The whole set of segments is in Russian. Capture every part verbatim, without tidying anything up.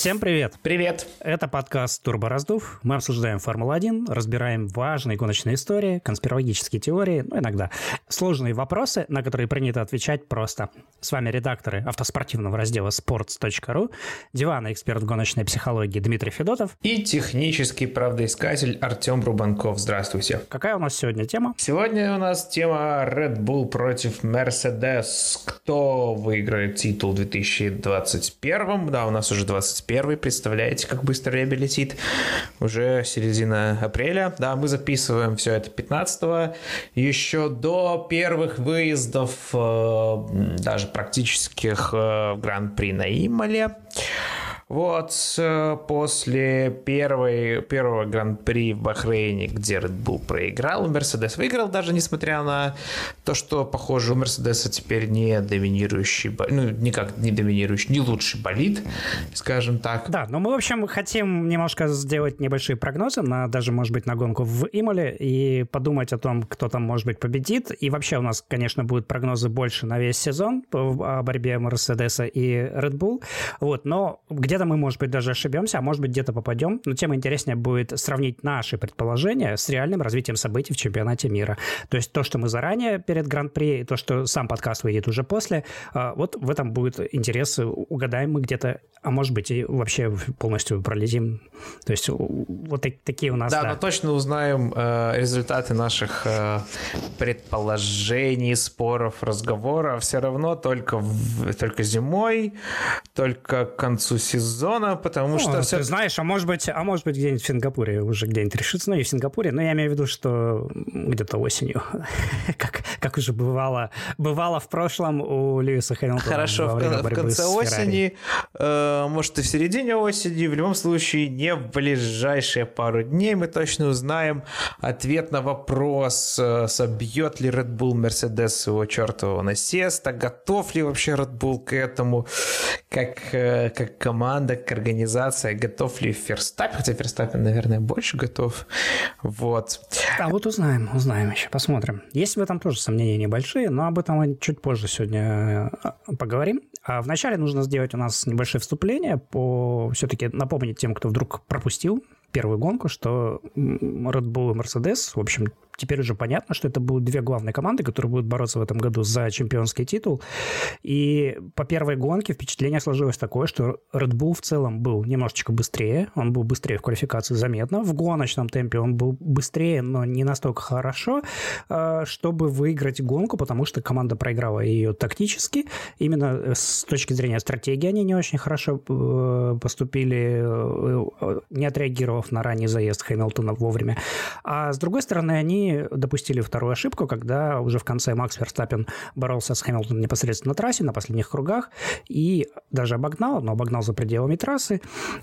Всем привет! Привет! Это подкаст «Турбораздув». Мы обсуждаем Формулу один, разбираем важные гоночные истории, конспирологические теории, ну, иногда сложные вопросы, на которые принято отвечать просто. С вами редакторы автоспортивного раздела sports точка ru, диванный эксперт в гоночной психологии Дмитрий Федотов и технический правдоискатель Артем Рубанков. Здравствуйте. Какая у нас сегодня тема? Сегодня у нас тема Red Bull против Mercedes. Кто выиграет титул в две тысячи двадцать первом? Да, у нас уже двадцать первый. Представляете, как быстро время летит? Уже середина апреля. Да, мы записываем все это пятнадцатого. Еще до первых выездов, даже практических, Гран-при на Имоле. Вот, после первой, первого Гран-при в Бахрейне, где Red Bull проиграл, Mercedes выиграл, даже несмотря на то, что, похоже, у Мерседеса теперь не доминирующий, ну, никак не доминирующий, не лучший болид, скажем так. Да, но мы, в общем, хотим немножко сделать небольшие прогнозы, на, даже, может быть, на гонку в Имоле, и подумать о том, кто там, может быть, победит. И вообще у нас, конечно, будут прогнозы больше на весь сезон о борьбе Мерседеса и Red Bull. Вот, но где Где-то мы, может быть, даже ошибемся, а может быть, где-то попадем. Но тем интереснее будет сравнить наши предположения с реальным развитием событий в чемпионате мира. То есть то, что мы заранее перед Гран-при, и то, что сам подкаст выйдет уже после, вот в этом будет интерес. Угадаем мы где-то, а может быть, и вообще полностью пролетим. То есть вот такие у нас... Да, да. но точно узнаем э, результаты наших э, предположений, споров, разговоров. Все равно только, в, только зимой, только к концу сезона. Зона, потому ну, что... Ты все... знаешь, а может быть, а может быть где-нибудь в Сингапуре уже где-нибудь решится, ну и в Сингапуре, но я имею в виду, что где-то осенью, как, как уже бывало, бывало в прошлом у Льюиса Хэмилтона. Хорошо, в, в конце осени, э, может и в середине осени, в любом случае не в ближайшие пару дней мы точно узнаем ответ на вопрос, э, собьет ли Red Bull Mercedes его чертового насеста, готов ли вообще Red Bull к этому, как, э, как команда, как организация, готов ли Ферстаппен, хотя Ферстаппен, наверное, больше готов. Вот. А вот узнаем, узнаем еще, посмотрим. Есть в этом тоже сомнения небольшие, но об этом мы чуть позже сегодня поговорим. А вначале нужно сделать у нас небольшое вступление, по все-таки напомнить тем, кто вдруг пропустил первую гонку, что Red Bull и Mercedes, в общем, теперь уже понятно, что это будут две главные команды, которые будут бороться в этом году за чемпионский титул. И по первой гонке впечатление сложилось такое, что Red Bull в целом был немножечко быстрее. Он был быстрее в квалификации заметно. В гоночном темпе он был быстрее, но не настолько хорошо, чтобы выиграть гонку, потому что команда проиграла ее тактически. Именно с точки зрения стратегии они не очень хорошо поступили, не отреагировав на ранний заезд Хэмилтона вовремя. А с другой стороны, они допустили вторую ошибку, когда уже в конце Макс Верстаппен боролся с Хэмилтоном непосредственно на трассе, на последних кругах, и даже обогнал, но обогнал за пределами трассы.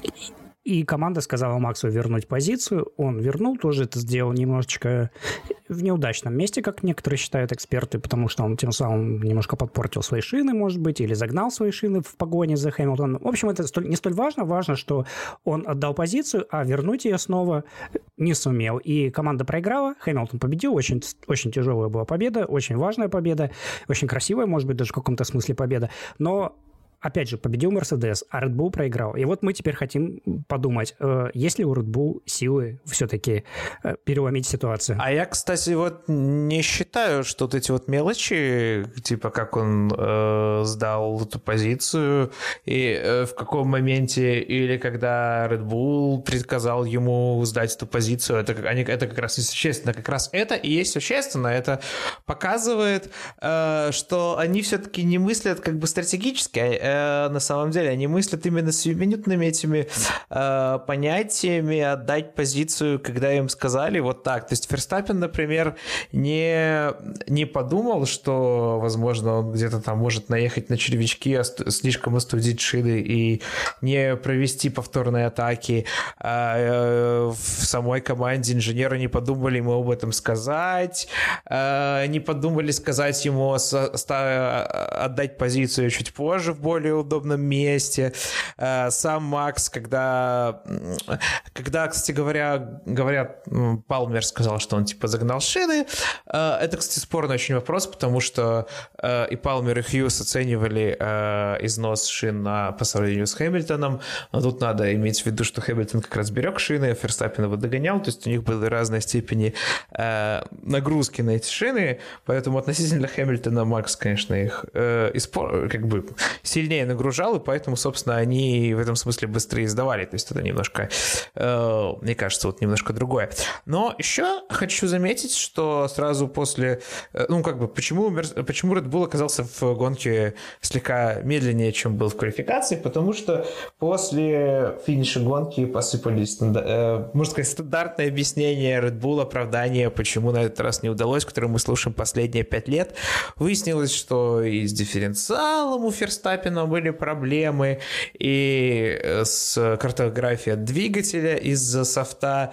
И команда сказала Максу вернуть позицию. Он вернул, тоже это сделал немножечко в неудачном месте, как некоторые считают эксперты, потому что он тем самым немножко подпортил свои шины, может быть, или загнал свои шины в погоне за Хэмилтоном. В общем, это не столь важно. Важно, что он отдал позицию, а вернуть ее снова не сумел. И команда проиграла, Хэмилтон победил. Очень, очень тяжелая была победа, очень важная победа, очень красивая, может быть, даже в каком-то смысле победа. Но опять же, победил Мерседес, а Red Bull проиграл. И вот мы теперь хотим подумать, э, есть ли у Red Bull силы все-таки э, переломить ситуацию. А я, кстати, вот не считаю, что вот эти вот мелочи, типа как он э, сдал эту позицию, и э, в каком моменте, или когда Red Bull приказал ему сдать эту позицию, это, они, это как раз несущественно. Как раз это и есть существенно. Это показывает, э, что они все-таки не мыслят как бы стратегически, э, на самом деле они мыслят именно сиюминутными этими э, понятиями отдать позицию, когда им сказали вот так. То есть Ферстаппен, например, не, не подумал, что, возможно, он где-то там может наехать на червячки, ост- слишком остудить шины и не провести повторные атаки. А, э, в самой команде инженеры не подумали ему об этом сказать, э, не подумали сказать ему со- ста- отдать позицию чуть позже в более удобном месте. Сам Макс, когда, когда, кстати говоря, говорят, Палмер сказал, что он типа загнал шины, Это, кстати, спорный очень вопрос, потому что и Палмер, и Хьюз оценивали износ шин на, по сравнению с Хэмилтоном, но тут надо иметь в виду, что Хэмилтон как раз берег шины, а Ферстаппен его догонял, то есть у них были разные степени нагрузки на эти шины, поэтому относительно Хэмилтона Макс, конечно, их испор... как бы сильнее нагружал, и поэтому, собственно, они в этом смысле быстрее сдавали, то есть это немножко, мне кажется, вот немножко другое. Но еще хочу заметить, что сразу после, ну, как бы, почему, почему Red Bull оказался в гонке слегка медленнее, чем был в квалификации, потому что после финиша гонки посыпались, можно сказать, стандартное объяснение Red Bull, оправдание, почему на этот раз не удалось, которое мы слушаем последние пять лет. Выяснилось, что и с дифференциалом у Ферстаппена были проблемы, и с картографией двигателя из-за софта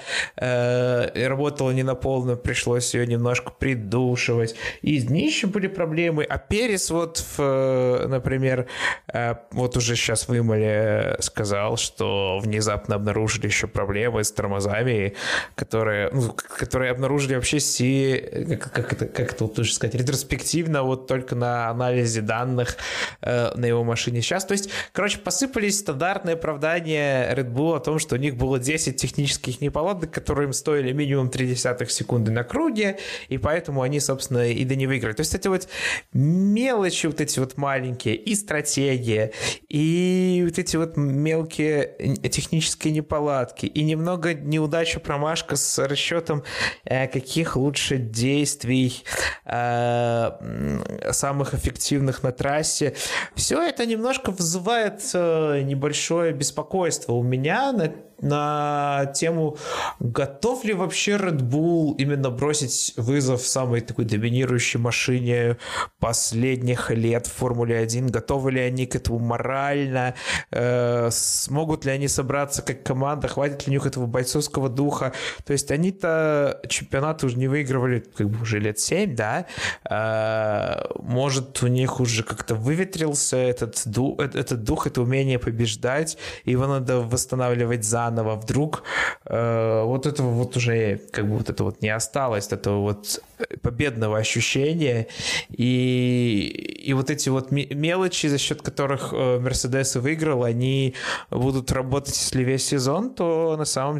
э, работала не на полную, пришлось ее немножко придушивать. И с днищем были проблемы. А Перес вот, в, например, э, вот уже сейчас в Имоле сказал, что внезапно обнаружили еще проблемы с тормозами, которые, ну, которые обнаружили вообще си, как, как, это, как это вот лучше сказать, ретроспективно, вот только на анализе данных э, на его машине сейчас. То есть, короче, посыпались стандартные оправдания Red Bull о том, что у них было десять технических неполадок, которые им стоили минимум три десятых секунды на круге, и поэтому они, собственно, и да не выиграли. То есть эти вот мелочи, вот эти вот маленькие, и стратегия, и вот эти вот мелкие технические неполадки, и немного неудача, промашка с расчетом, э, каких лучше действий э, самых эффективных на трассе. Все это немножко вызывает э, небольшое беспокойство у меня на на тему, готов ли вообще Red Bull именно бросить вызов самой такой доминирующей машине последних лет в Формуле один, готовы ли они к этому морально, э, смогут ли они собраться как команда, хватит ли у них этого бойцовского духа. То есть они-то чемпионаты уже не выигрывали как бы уже лет семь, да, э, может у них уже как-то выветрился этот дух, этот дух, это умение побеждать, его надо восстанавливать заново. Вдруг э, вот этого вот уже как бы вот это вот не осталось, этого вот победного ощущения, и, и вот эти вот мелочи, за счет которых Мерседес выиграл, они будут работать, если весь сезон, то на самом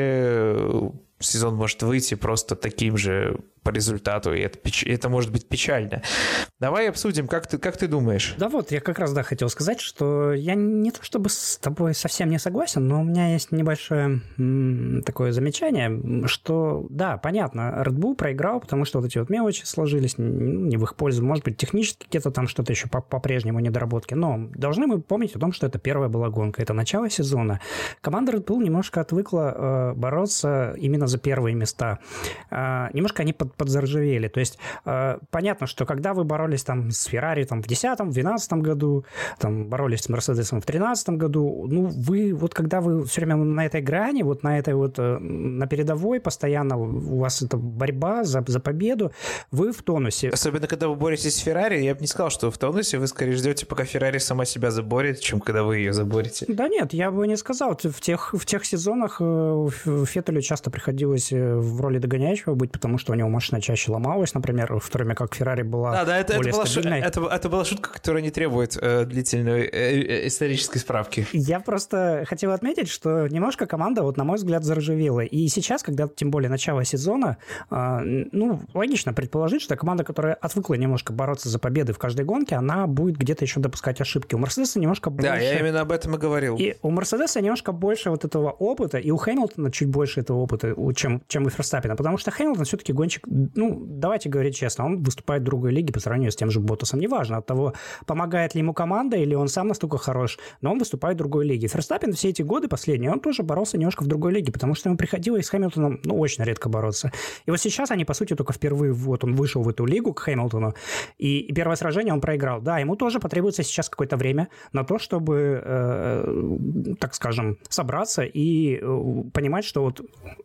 деле сезон может выйти просто таким же по результату, и это, это может быть печально. Давай обсудим, как ты, как ты думаешь? Да вот, я как раз, да, хотел сказать, что я не то чтобы с тобой совсем не согласен, но у меня есть небольшое м, такое замечание, что, да, понятно, Red Bull проиграл, потому что вот эти вот мелочи сложились не в их пользу, может быть, технически где-то там что-то еще по-прежнему недоработки, но должны мы помнить о том, что это первая была гонка, это начало сезона. Команда Red Bull немножко отвыкла э, бороться именно за первые места. Э, немножко они под подзаржавели. То есть э, понятно, что когда вы боролись там с Феррари там, в десятом, в двенадцатом году, там, боролись с Мерседесом в тринадцатом году, ну, вы, вот когда вы все время на этой грани, вот на этой вот, э, на передовой постоянно у вас это борьба за, за победу, вы в тонусе. Особенно, когда вы боретесь с Феррари, я бы не сказал, что вы в тонусе, вы скорее ждете, пока Феррари сама себя заборет, чем когда вы ее заборете. Да нет, я бы не сказал. В тех, в тех сезонах э, Феттелю часто приходилось в роли догоняющего быть, потому что у него машина чаще ломалась, например, в то время как Феррари была да, да, это, более это была стабильной. Шу... Это, это была шутка, которая не требует э, длительной э, исторической справки. Я просто хотел отметить, что немножко команда, вот на мой взгляд, заржавела. И сейчас, когда тем более начало сезона, э, ну, логично предположить, что команда, которая отвыкла немножко бороться за победы в каждой гонке, она будет где-то еще допускать ошибки. У Мерседеса немножко больше... Да, я именно об этом и говорил. И у Мерседеса немножко больше вот этого опыта, и у Хэмилтона чуть больше этого опыта, чем, чем у Ферстаппена, потому что Хэмилтон все-таки гонщик, ну, давайте говорить честно, он выступает в другой лиге по сравнению с тем же Боттасом. Неважно от того, помогает ли ему команда или он сам настолько хорош, но он выступает в другой лиге. Ферстаппен все эти годы последние, он тоже боролся немножко в другой лиге, потому что ему приходилось с Хэмилтоном, ну, очень редко бороться. И вот сейчас они, по сути, только впервые, вот он вышел в эту лигу к Хэмилтону, и, и первое сражение он проиграл. Да, ему тоже потребуется сейчас какое-то время на то, чтобы, э, так скажем, собраться и э, понимать, что вот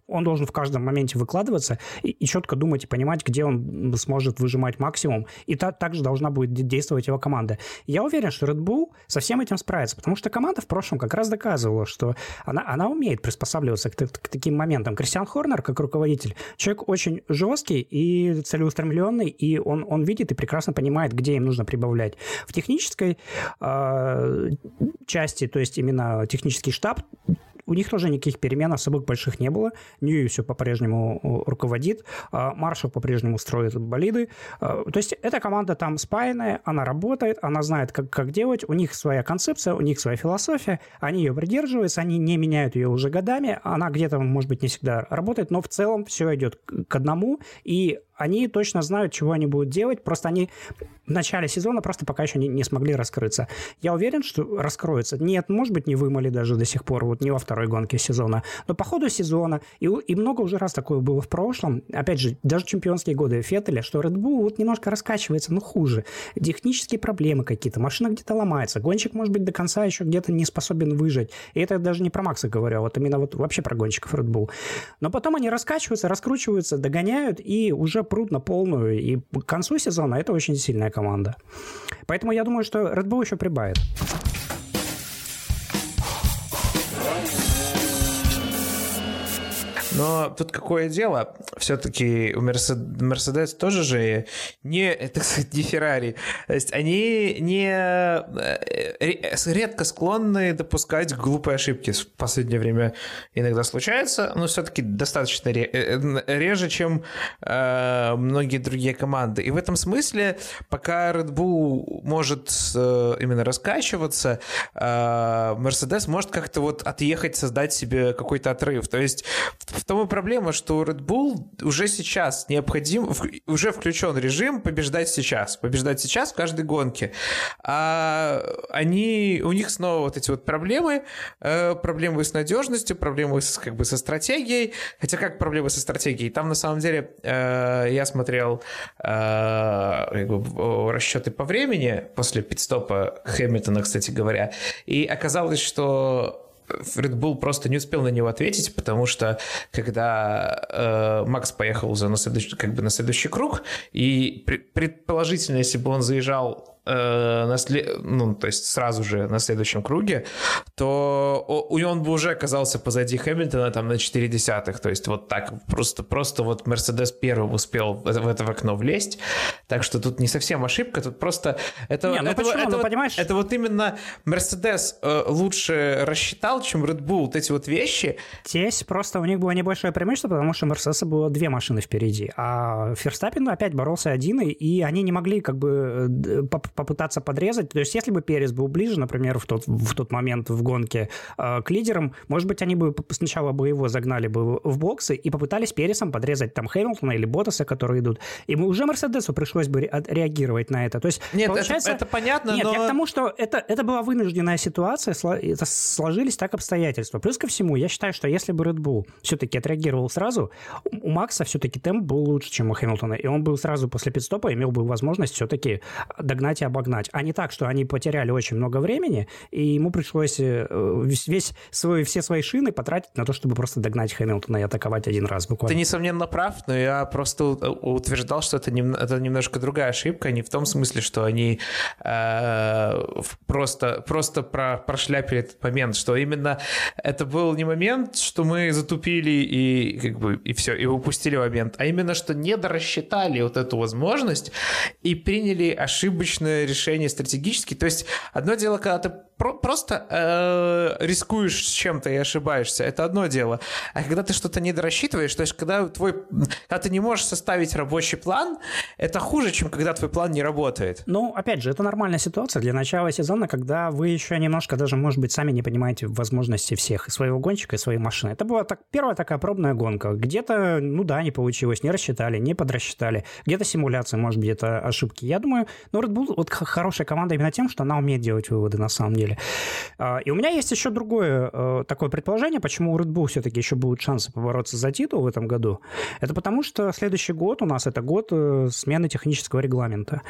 он должен в каждом моменте выкладываться и, и четко думать и понимать, где он сможет выжимать максимум. И та, также должна будет действовать его команда. Я уверен, что Red Bull со всем этим справится, потому что команда в прошлом как раз доказывала, что она, она умеет приспосабливаться к, к таким моментам. Кристиан Хорнер, как руководитель, человек очень жесткий и целеустремленный, и он, он видит и прекрасно понимает, где им нужно прибавлять. В технической э, части, то есть именно технический штаб, у них тоже никаких перемен особых больших не было. Ньюи все по-прежнему руководит. Маршал по-прежнему строит болиды. То есть эта команда там спаянная, она работает, она знает, как, как делать. У них своя концепция, у них своя философия. Они ее придерживаются, они не меняют ее уже годами. Она где-то, может быть, не всегда работает, но в целом все идет к одному. И они точно знают, чего они будут делать. Просто они в начале сезона просто пока еще не, не смогли раскрыться. Я уверен, что раскроются. Нет, может быть, не вымыли даже до сих пор, вот не во второй гонке сезона. Но по ходу сезона, и, и много уже раз такое было в прошлом, опять же, даже чемпионские годы Феттеля, что Red Bull вот немножко раскачивается, но хуже. Технические проблемы какие-то, машина где-то ломается, гонщик, может быть, до конца еще где-то не способен выжать. И это даже не про Макса говорю, а вот именно вот вообще про гонщиков Red Bull. Но потом они раскачиваются, раскручиваются, догоняют и уже прут на полную. И к концу сезона это очень сильная команда. Поэтому я думаю, что Red Bull еще прибавит. Но тут какое дело, все-таки у Мерседес тоже же не, так сказать, не Феррари. То есть они не редко склонны допускать глупые ошибки. В последнее время иногда случается, но все-таки достаточно реже, чем э, многие другие команды. И в этом смысле, пока Red Bull может э, именно раскачиваться, Мерседес э, может как-то вот отъехать, создать себе какой-то отрыв. То есть в том и проблема, что у Red Bull уже сейчас необходим, уже включен режим побеждать сейчас. Побеждать сейчас в каждой гонке. А они, у них снова вот эти вот проблемы, проблемы с надежностью, проблемы с, как бы со стратегией. Хотя как проблемы со стратегией? Там на самом деле я смотрел как бы, расчеты по времени после пит-стопа Хэмилтона, кстати говоря, и оказалось, что Red Bull просто не успел на него ответить, потому что когда э, Макс поехал уже на следующий, как бы на следующий круг, и предположительно, если бы он заезжал э, на след... ну, то есть сразу же на следующем круге, то он бы уже оказался позади Хэмилтона там на четыре десятых. То есть вот так просто, просто вот Мерседес первым успел в это окно влезть. Так что тут не совсем ошибка, тут просто это, не, ну это, почему? это, ну, вот, понимаешь? это вот именно Мерседес э, лучше рассчитал, чем Red Bull, вот эти вот вещи. Здесь просто у них было небольшое преимущество, потому что у Мерседеса было две машины впереди, а Ферстаппен опять боролся один, и они не могли как бы попытаться подрезать. То есть если бы Перес был ближе, например, в тот, в тот момент в гонке э, к лидерам, может быть, они бы сначала бы его загнали бы в боксы и попытались Пересом подрезать там Хэмилтона или Боттаса, которые идут. И уже Мерседесу пришлось бы реагировать на это. То есть, нет, получается... это, это понятно, Нет, но... я к тому, что это, это была вынужденная ситуация, это сложились так обстоятельства. Плюс ко всему, я считаю, что если бы Red Bull все-таки отреагировал сразу, у Макса все-таки темп был лучше, чем у Хэмилтона, и он был сразу после пит-стопа имел бы возможность все-таки догнать и обогнать. А не так, что они потеряли очень много времени, и ему пришлось весь свой, все свои шины потратить на то, чтобы просто догнать Хэмилтона и атаковать один раз буквально. Ты, несомненно, прав, но я просто утверждал, что это, не, это немножко другая ошибка, не в том смысле, что они э, просто, просто про, прошляпили этот момент, что именно это был не момент, что мы затупили и как бы и все, и упустили момент, а именно, что не дорассчитали вот эту возможность и приняли ошибочное решение стратегически. То есть одно дело, когда ты про- просто э, рискуешь с чем-то и ошибаешься, это одно дело. А когда ты что-то не дорассчитываешь, то есть когда твой, когда ты не можешь составить рабочий план, это хуже, чем когда твой план не работает. Ну, опять же, это нормальная ситуация для начала сезона, когда вы еще немножко даже, может быть, сами не понимаете возможности всех, и своего гонщика, и своей машины. Это была так, первая такая пробная гонка. Где-то, ну да, не получилось, не рассчитали, не подрасчитали. Где-то симуляция, может быть, где-то ошибки. Я думаю, ну, Red Bull вот хорошая команда именно тем, что она умеет делать выводы на самом деле. И у меня есть еще другое такое предположение, почему у Red Bull все-таки еще будут шансы побороться за титул в этом году. Это потому, что следующий год у нас это год смены технического регламента.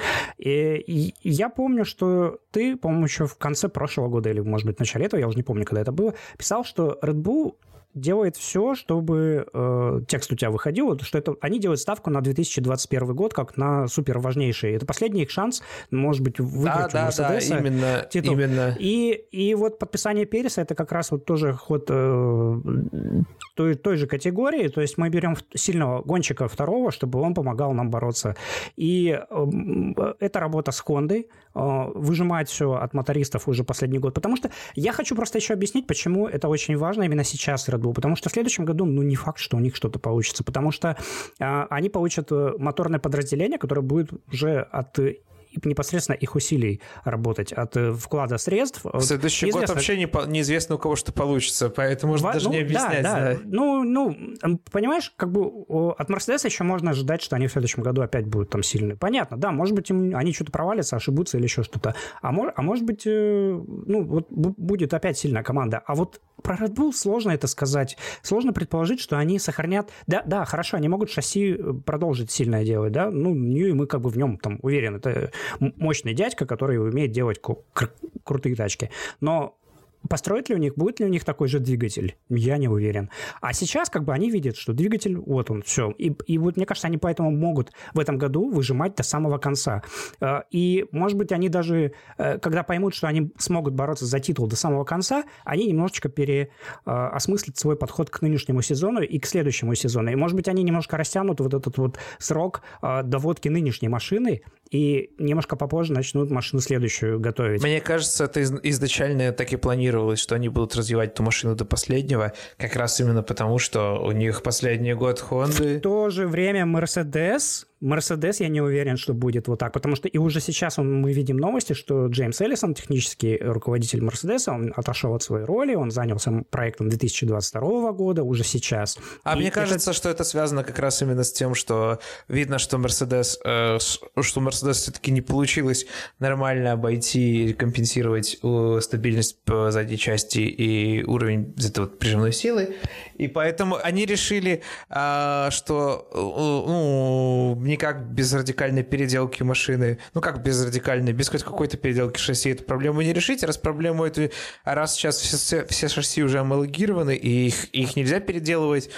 И я помню, что ты, по-моему, еще в конце прошлого года или, может быть, в начале этого, я уже не помню, когда это было, писал, что Red Bull делает все, чтобы э, текст у тебя выходил, что это они делают ставку на две тысячи двадцать первый год как на супер важнейший. Это последний их шанс, может быть, выиграть да, у Мерседеса. Да, да, именно, титул. именно. И, и вот подписание Переса это как раз вот тоже ход э, той, той же категории. То есть мы берем сильного гонщика второго, чтобы он помогал нам бороться. И э, это работа с Хондой, э, выжимать все от мотористов уже последний год. Потому что я хочу просто еще объяснить, почему это очень важно именно сейчас Red Bull. Потому что в следующем году, ну, не факт, что у них что-то получится. Потому что э, они получат моторное подразделение, которое будет уже от непосредственно их усилий работать, от вклада средств. В следующий неизвестно... год вообще не, неизвестно, у кого что получится, поэтому можно Во... даже ну, не объяснять. Да, да. Да. Ну, ну, понимаешь, как бы от Мерседеса еще можно ожидать, что они в следующем году опять будут там сильные. Понятно, да, может быть, им, они что-то провалятся, ошибутся или еще что-то. А, мож, а может быть, ну, вот будет опять сильная команда. А вот про Red Bull сложно это сказать. Сложно предположить, что они сохранят... Да, да, хорошо, они могут шасси продолжить сильное делать, да, ну, и мы как бы в нем там уверены. Это мощный дядька, который умеет делать кру- крутые тачки. Но построить ли у них, будет ли у них такой же двигатель? Я не уверен. А сейчас как бы они видят, что двигатель, вот он, все. И, и вот мне кажется, они поэтому могут в этом году выжимать до самого конца. И, может быть, они даже, когда поймут, что они смогут бороться за титул до самого конца, они немножечко переосмыслят свой подход к нынешнему сезону и к следующему сезону. И, может быть, они немножко растянут вот этот вот срок доводки нынешней машины и немножко попозже начнут машину следующую готовить. Мне кажется, это изначально так и планировалось, что они будут развивать эту машину до последнего, как раз именно потому, что у них последний год Honda. В то же время Mercedes... Мерседес, я не уверен, что будет вот так, потому что и уже сейчас он, мы видим новости, что Джеймс Эллисон, технический руководитель Мерседеса, он отошел от своей роли, он занялся проектом две тысячи двадцать второго года, уже сейчас. А и мне это... кажется, что это связано как раз именно с тем, что видно, что Мерседес, э, что Мерседес все-таки не получилось нормально обойти и компенсировать э, стабильность по задней части и уровень этой вот прижимной силы, и поэтому они решили, э, что э, ну, никак без радикальной переделки машины, ну как без радикальной, без какой-то переделки шасси эту проблему не решить, раз проблему эту, а раз сейчас все, все шасси уже амалогированы и их, их нельзя переделывать,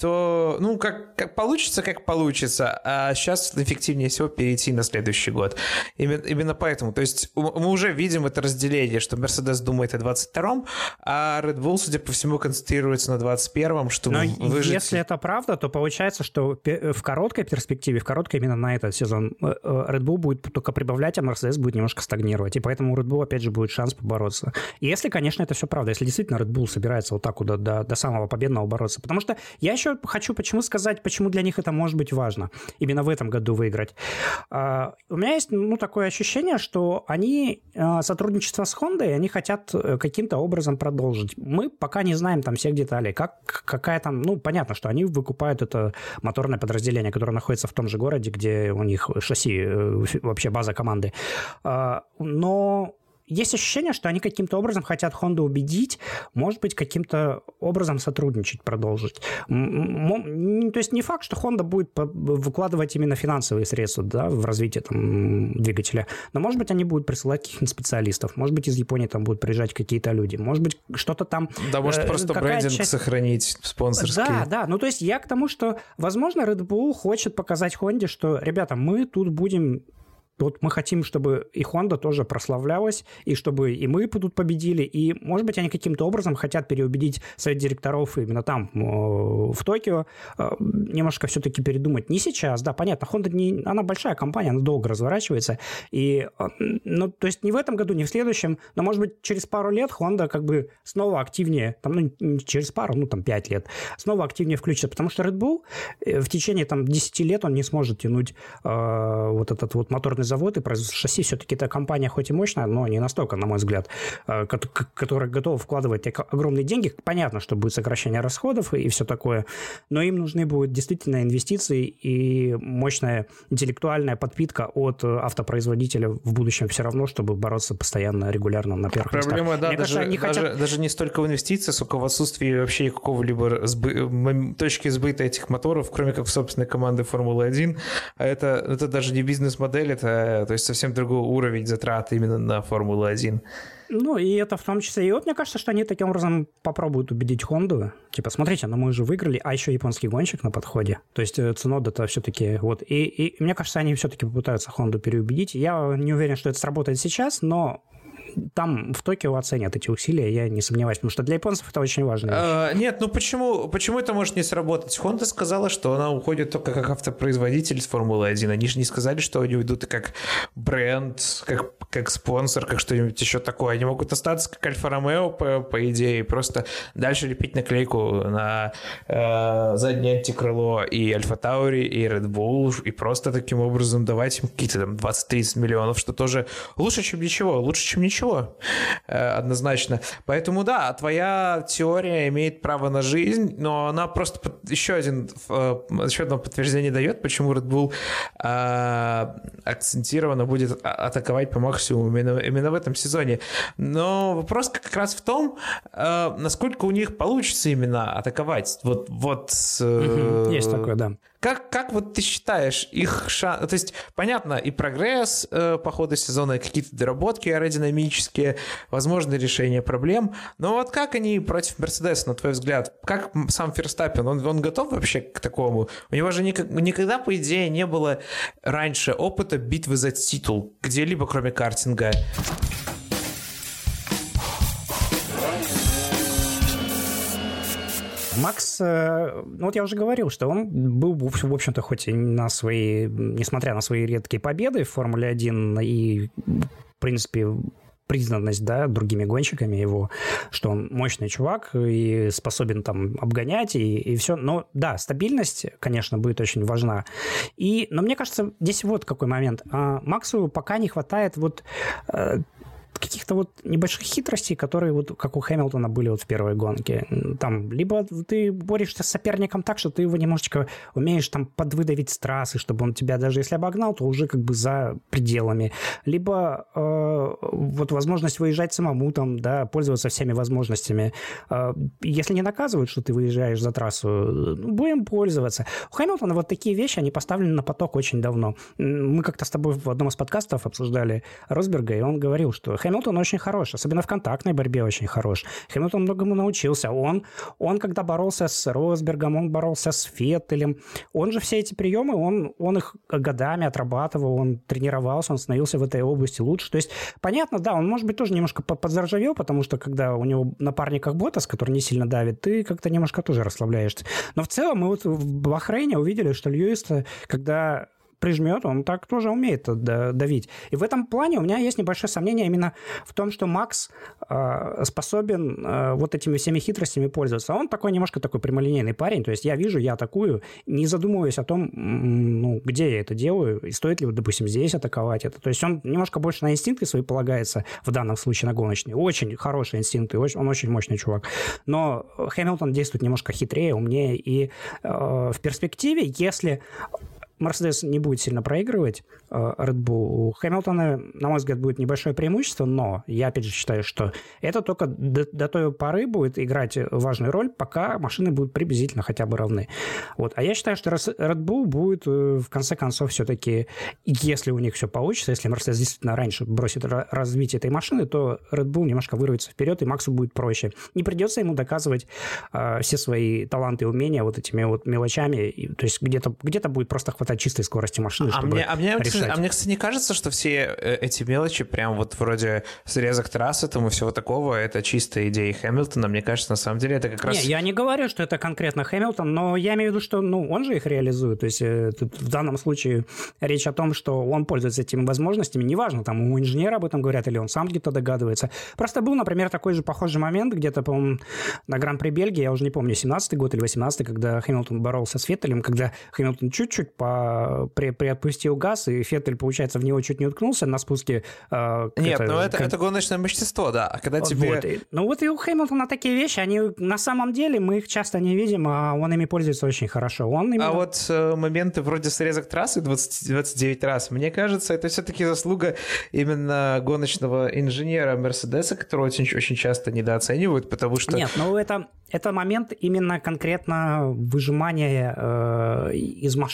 то ну как, как получится, как получится, а сейчас эффективнее всего перейти на следующий год. Именно, именно поэтому, то есть мы уже видим это разделение, что Mercedes думает о двадцать втором, а Red Bull, судя по всему, концентрируется на двадцать первом, чтобы Но выжить. Если это правда, то получается, что в короткой перспективе, в короткой именно на этот сезон Red Bull будет только прибавлять, а Mercedes будет немножко стагнировать. И поэтому у Red Bull, опять же, будет шанс побороться. И если, конечно, это все правда. Если действительно Red Bull собирается вот так вот до, до, до самого победного бороться. Потому что я еще хочу почему сказать, почему для них это может быть важно. Именно в этом году выиграть. Uh, у меня есть ну, такое ощущение, что они uh, сотрудничество с Honda, они хотят каким-то образом продолжить. Мы пока не знаем там всех деталей. Как, какая там... Ну, понятно, что они выкупают это моторное подразделение, которое находится в том же городе, где у них шасси, вообще база команды. Но есть ощущение, что они каким-то образом хотят Honda убедить, может быть, каким-то образом сотрудничать, продолжить. То есть не факт, что Honda будет выкладывать именно финансовые средства, да, в развитие там, двигателя, но, может быть, они будут присылать каких-нибудь специалистов, может быть, из Японии там будут приезжать какие-то люди, может быть, что-то там... Да, может, просто брендинг часть... сохранить спонсорский. Да, да, ну то есть я к тому, что, возможно, Red Bull хочет показать Honda, что, ребята, мы тут будем... Вот мы хотим, чтобы и Honda тоже прославлялась, и чтобы и мы тут победили, и, может быть, они каким-то образом хотят переубедить совет директоров именно там, в Токио, немножко все-таки передумать. Не сейчас, да, понятно, Honda, не, она большая компания, она долго разворачивается, и, ну, то есть не в этом году, не в следующем, но, может быть, через пару лет Honda как бы снова активнее, там, ну, не через пару, ну, там, пять лет, снова активнее включится, потому что Red Bull в течение, там, десяти лет он не сможет тянуть э, вот этот вот моторный завод и производство шасси. Все-таки эта компания хоть и мощная, но не настолько, на мой взгляд, которая готова вкладывать огромные деньги. Понятно, что будет сокращение расходов и все такое, но им нужны будут действительно инвестиции и мощная интеллектуальная подпитка от автопроизводителя в будущем все равно, чтобы бороться постоянно, регулярно на первых местах. Проблема, да, даже, кажется, даже, хотят... даже не столько в инвестициях, сколько в отсутствии вообще какого-либо сбы... точки сбыта этих моторов, кроме как в собственной команды Формулы один. А это, это даже не бизнес-модель, это то есть совсем другой уровень затрат именно на Формулу один. Ну, и это в том числе. И вот мне кажется, что они таким образом попробуют убедить Хонду. Типа, смотрите, ну мы же выиграли, а еще японский гонщик на подходе. То есть Цунода-то все-таки вот. И, и мне кажется, они все-таки попытаются Хонду переубедить. Я не уверен, что это сработает сейчас, но там в Токио оценят эти усилия, я не сомневаюсь, потому что для японцев это очень важно. А, нет, ну почему, почему это может не сработать? Honda сказала, что она уходит только как автопроизводитель с Формулы один. Они же не сказали, что они уйдут как бренд, как, как спонсор, как что-нибудь еще такое. Они могут остаться как Альфа-Ромео, по, по идее, просто дальше лепить наклейку на э, заднее антикрыло и Альфа-Таури, и Red Bull, и просто таким образом давать им какие-то там двадцать-тридцать миллионов, что тоже лучше, чем ничего, лучше, чем ничего. Однозначно. Поэтому да, твоя теория имеет право на жизнь, но она просто еще, один, еще одно подтверждение дает, почему Red Bull акцентированно будет атаковать по максимуму именно, именно в этом сезоне. Но вопрос как раз в том, насколько у них получится именно атаковать. Вот, вот есть такое, да. Как, как вот ты считаешь их шанс... То есть, понятно, и прогресс э, по ходу сезона, и какие-то доработки аэродинамические, возможно, решение проблем. Но вот как они против Мерседеса, на твой взгляд? Как сам Ферстаппен, он, он готов вообще к такому? У него же никак, никогда, по идее, не было раньше опыта битвы за титул где-либо, кроме картинга. Макс, ну вот я уже говорил, что он был, в общем-то, хоть и на свои, несмотря на свои редкие победы в Формуле один и, в принципе, признанность, да, другими гонщиками его, что он мощный чувак и способен там обгонять и, и все. Но да, стабильность, конечно, будет очень важна. И, но мне кажется, здесь вот какой момент. Максу пока не хватает вот каких-то вот небольших хитростей, которые вот как у Хэмилтона были вот в первой гонке. Там, либо ты борешься с соперником так, что ты его немножечко умеешь там подвыдавить с трассы, чтобы он тебя даже если обогнал, то уже как бы за пределами. Либо э, вот возможность выезжать самому там, да, пользоваться всеми возможностями. Э, если не наказывают, что ты выезжаешь за трассу, ну, будем пользоваться. У Хэмилтона вот такие вещи, они поставлены на поток очень давно. Мы как-то с тобой в одном из подкастов обсуждали Росберга, и он говорил, что Хэмилтон очень хорош, особенно в контактной борьбе очень хорош. Хэмилтон многому научился. Он, он когда боролся с Росбергом, он боролся с Феттелем. Он же все эти приемы, он, он их годами отрабатывал, он тренировался, он становился в этой области лучше. То есть, понятно, да, он, может быть, тоже немножко подзаржавел, потому что когда у него напарник как Ботас, который не сильно давит, ты как-то немножко тоже расслабляешься. Но в целом мы вот в Бахрейне увидели, что Льюис, когда прижмет, он так тоже умеет давить. И в этом плане у меня есть небольшое сомнение именно в том, что Макс э, способен э, вот этими всеми хитростями пользоваться. Он такой немножко такой прямолинейный парень, то есть я вижу, я атакую, не задумываясь о том, ну, где я это делаю, и стоит ли, допустим, здесь атаковать это. То есть он немножко больше на инстинкты свои полагается, в данном случае на гоночные. Очень хорошие инстинкты, он очень мощный чувак. Но Хэмилтон действует немножко хитрее, умнее, и э, в перспективе, если Мерседес не будет сильно проигрывать Red Bull. У Хэмилтона, на мой взгляд, будет небольшое преимущество, но я, опять же, считаю, что это только до, до той поры будет играть важную роль, пока машины будут приблизительно хотя бы равны. Вот. А я считаю, что Red Bull будет, в конце концов, все-таки, если у них все получится, если Мерседес действительно раньше бросит развитие этой машины, то Red Bull немножко вырвется вперед, и Максу будет проще. Не придется ему доказывать э, все свои таланты и умения вот этими вот мелочами. И, то есть где-то, где-то будет просто хватать чистой скорости машины, а чтобы мне, а мне, решать. А мне, кстати, не кажется, что все эти мелочи, прям вот вроде срезок трассы там и всего такого, это чистая идея Хэмилтона. Мне кажется, на самом деле это как раз... Не, я не говорю, что это конкретно Хэмилтон, но я имею в виду, что ну, он же их реализует. То есть тут в данном случае речь о том, что он пользуется этими возможностями. Неважно, там у инженера об этом говорят или он сам где-то догадывается. Просто был, например, такой же похожий момент где-то, по-моему, на Гран-при Бельгии, я уже не помню, семнадцатый год или восемнадцатый, когда Хэмилтон боролся с Феттелем, когда Хэмилтон чуть-чуть по При, приотпустил газ, и Феттель, получается, в него чуть не уткнулся на спуске. Э, Нет, это, ну это, как... это гоночное мастерство, да. А когда вот, тебе... Вот. Ну вот и у Хэмилтона такие вещи, они на самом деле, мы их часто не видим, а он ими пользуется очень хорошо. Он именно... А вот э, моменты вроде срезок трассы двадцать, двадцать девять раз, мне кажется, это все-таки заслуга именно гоночного инженера Мерседеса, которого очень, очень часто недооценивают, потому что... Нет, ну это... Это момент именно конкретно выжимания э, из машины все.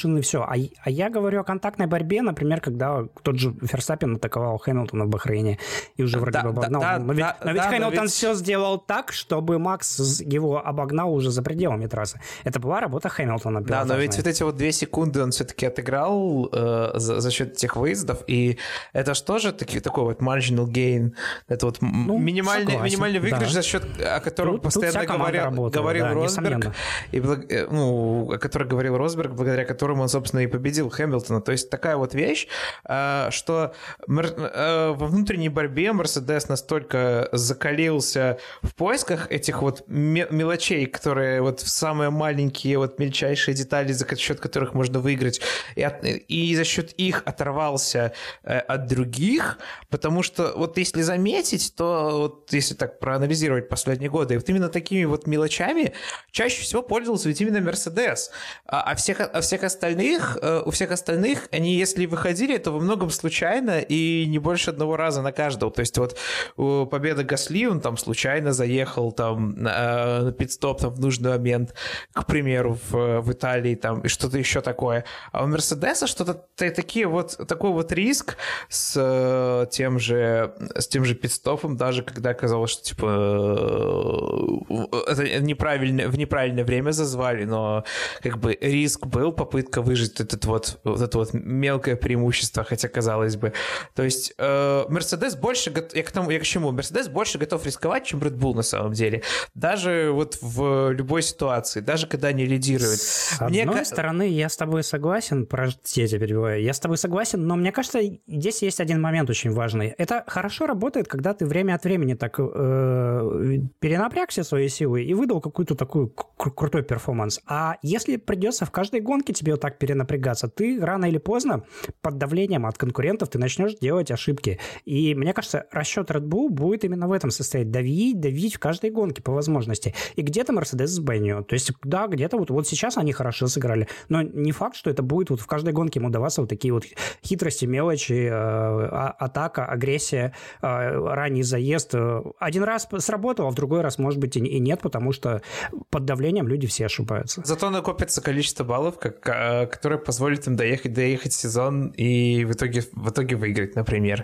А, а я говорю о контактной борьбе, например, когда тот же Ферстаппен атаковал Хэмилтона в Бахрейне и уже вроде да, бы обогнал. Да, но ведь, да, но ведь да, Хэмилтон ведь... все сделал так, чтобы Макс его обогнал уже за пределами трассы. Это была работа Хэмилтона. Да, но ведь вот эти вот две секунды он все-таки отыграл э, за, за счет этих выездов, и это же тоже таки, такой вот marginal gain, это вот ну, минимальный, минимальный выигрыш, да. За счет, о котором тут, постоянно тут говорил, работала, говорил да, Росберг, и, ну, о котором говорил Росберг, благодаря которому он, собственно, и победил Хэмилтона. То есть такая вот вещь, э, что мер, э, во внутренней борьбе Мерседес настолько закалился в поисках этих вот мелочей, которые вот самые маленькие, вот мельчайшие детали, за счет которых можно выиграть, и, от, и за счет их оторвался э, от других, потому что вот если заметить, то вот если так проанализировать последние годы, вот именно такими вот мелочами чаще всего пользовался ведь именно Мерседес, а, а, всех, а всех остальных, э, у всех остальных, они если выходили, то во многом случайно и не больше одного раза на каждого, то есть вот у победы Гасли, он там случайно заехал там на, на пит-стоп там, в нужный момент, к примеру, в, в Италии там, и что-то еще такое. А у Мерседеса что-то такие вот, такой вот риск с тем же, с тем же пит-стопом, даже когда казалось, что типа это неправильное, в неправильное время зазвали, но как бы риск был, попытка выжить этот вот, вот это вот мелкое преимущество, хотя казалось бы. То есть Мерседес больше, я к тому, я к чему? Мерседес больше готов рисковать, чем Red Bull на самом деле. Даже вот в любой ситуации, даже когда они лидируют. С Мне одной к... стороны, я с тобой согласен, прости, я тебя перебиваю, я с тобой согласен, но мне кажется, здесь есть один момент очень важный. Это хорошо работает, когда ты время от времени так э, перенапрягся своей силой и выдал какой-то такой кру- крутой перформанс. А если придется в каждой гонке тебе вот так перенапрягаться, ты рано или поздно под давлением от конкурентов ты начнешь делать ошибки. И мне кажется, расчет Red Bull будет именно в этом состоять. Давить, давить в каждой гонке по возможности. И где-то Mercedes сбанил. То есть, да, где-то вот, вот сейчас они хорошо сыграли. Но не факт, что это будет вот в каждой гонке им удаваться вот такие вот хитрости, мелочи, э, атака, агрессия, э, ранний заезд. Один раз сработало, а в другой раз, может быть, и, и нет, потому что под давлением люди все ошибаются. Зато накопится количество баллов, как, которые позволят им доехать, доехать сезон и в итоге, в итоге выиграть, например.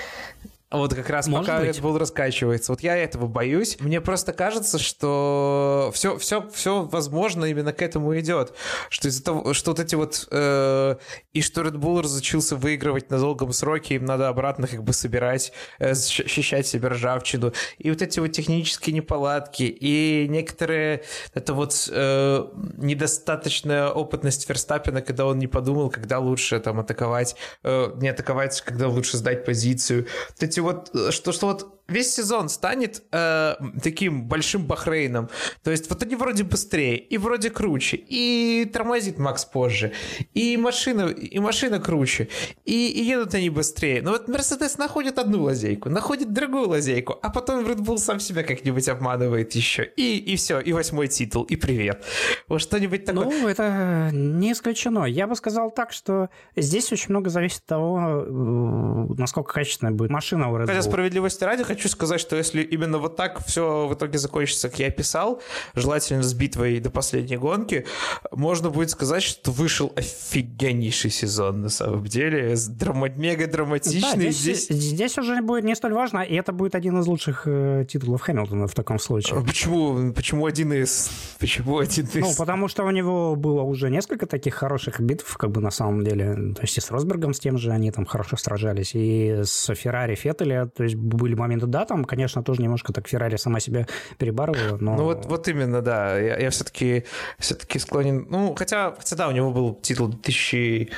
Вот как раз Может пока быть. Red Bull раскачивается. Вот я этого боюсь. Мне просто кажется, что все, все, все возможно именно к этому идет. Что из-за того, что вот эти вот... Э, и что Red Bull разучился выигрывать на долгом сроке, им надо обратно как бы собирать, э, защищать себе ржавчину. И вот эти вот технические неполадки, и некоторые... Это вот э, недостаточная опытность Ферстаппена, когда он не подумал, когда лучше там атаковать, э, не атаковать, когда лучше сдать позицию. Вот эти вот, что, что вот весь сезон станет э, таким большим Бахрейном. То есть вот они вроде быстрее, и вроде круче, и тормозит Макс позже, и машина, и машина круче, и, и едут они быстрее. Но вот Мерседес находит одну лазейку, находит другую лазейку, а потом Red Bull сам себя как-нибудь обманывает еще. И, и все, и восьмой титул, и привет. Вот что-нибудь такое. Ну, это не исключено. Я бы сказал так, что здесь очень много зависит от того, насколько качественная будет машина у Red Bull. Хотя справедливости ради, хочу сказать, что если именно вот так все в итоге закончится, как я описал, желательно с битвой до последней гонки, можно будет сказать, что вышел офигеннейший сезон на самом деле, драма- мега-драматичный. Да, здесь, здесь... здесь уже будет не столь важно, и это будет один из лучших э, титулов Хэмилтона в таком случае. Почему? Почему один из? Почему один из? Ну, потому что у него было уже несколько таких хороших битв, как бы на самом деле. То есть и с Росбергом с тем же они там хорошо сражались, и с Феррари, Феттеля, то есть были моменты, да, там, конечно, тоже немножко так Феррари сама себя перебарывала, но... Ну, вот, вот именно, да, я, я все-таки, все-таки склонен... Ну, хотя, хотя, да, у него был титул в две тысячи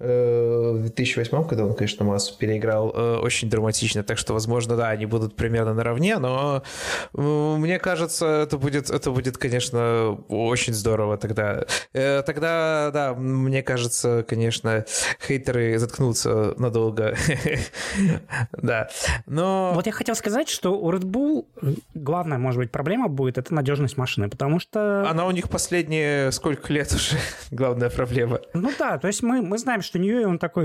восьмом, когда он, конечно, массу переиграл, очень драматично, так что, возможно, да, они будут примерно наравне, но мне кажется, это будет, это будет, конечно, очень здорово тогда. Тогда, да, мне кажется, конечно, хейтеры заткнутся надолго. Да, но... Вот я хотел сказать, что у Red Bull главная, может быть, проблема будет — это надежность машины, потому что... Она у них последние сколько лет уже главная проблема. Ну да, то есть мы, мы знаем, что Ньюи, он такой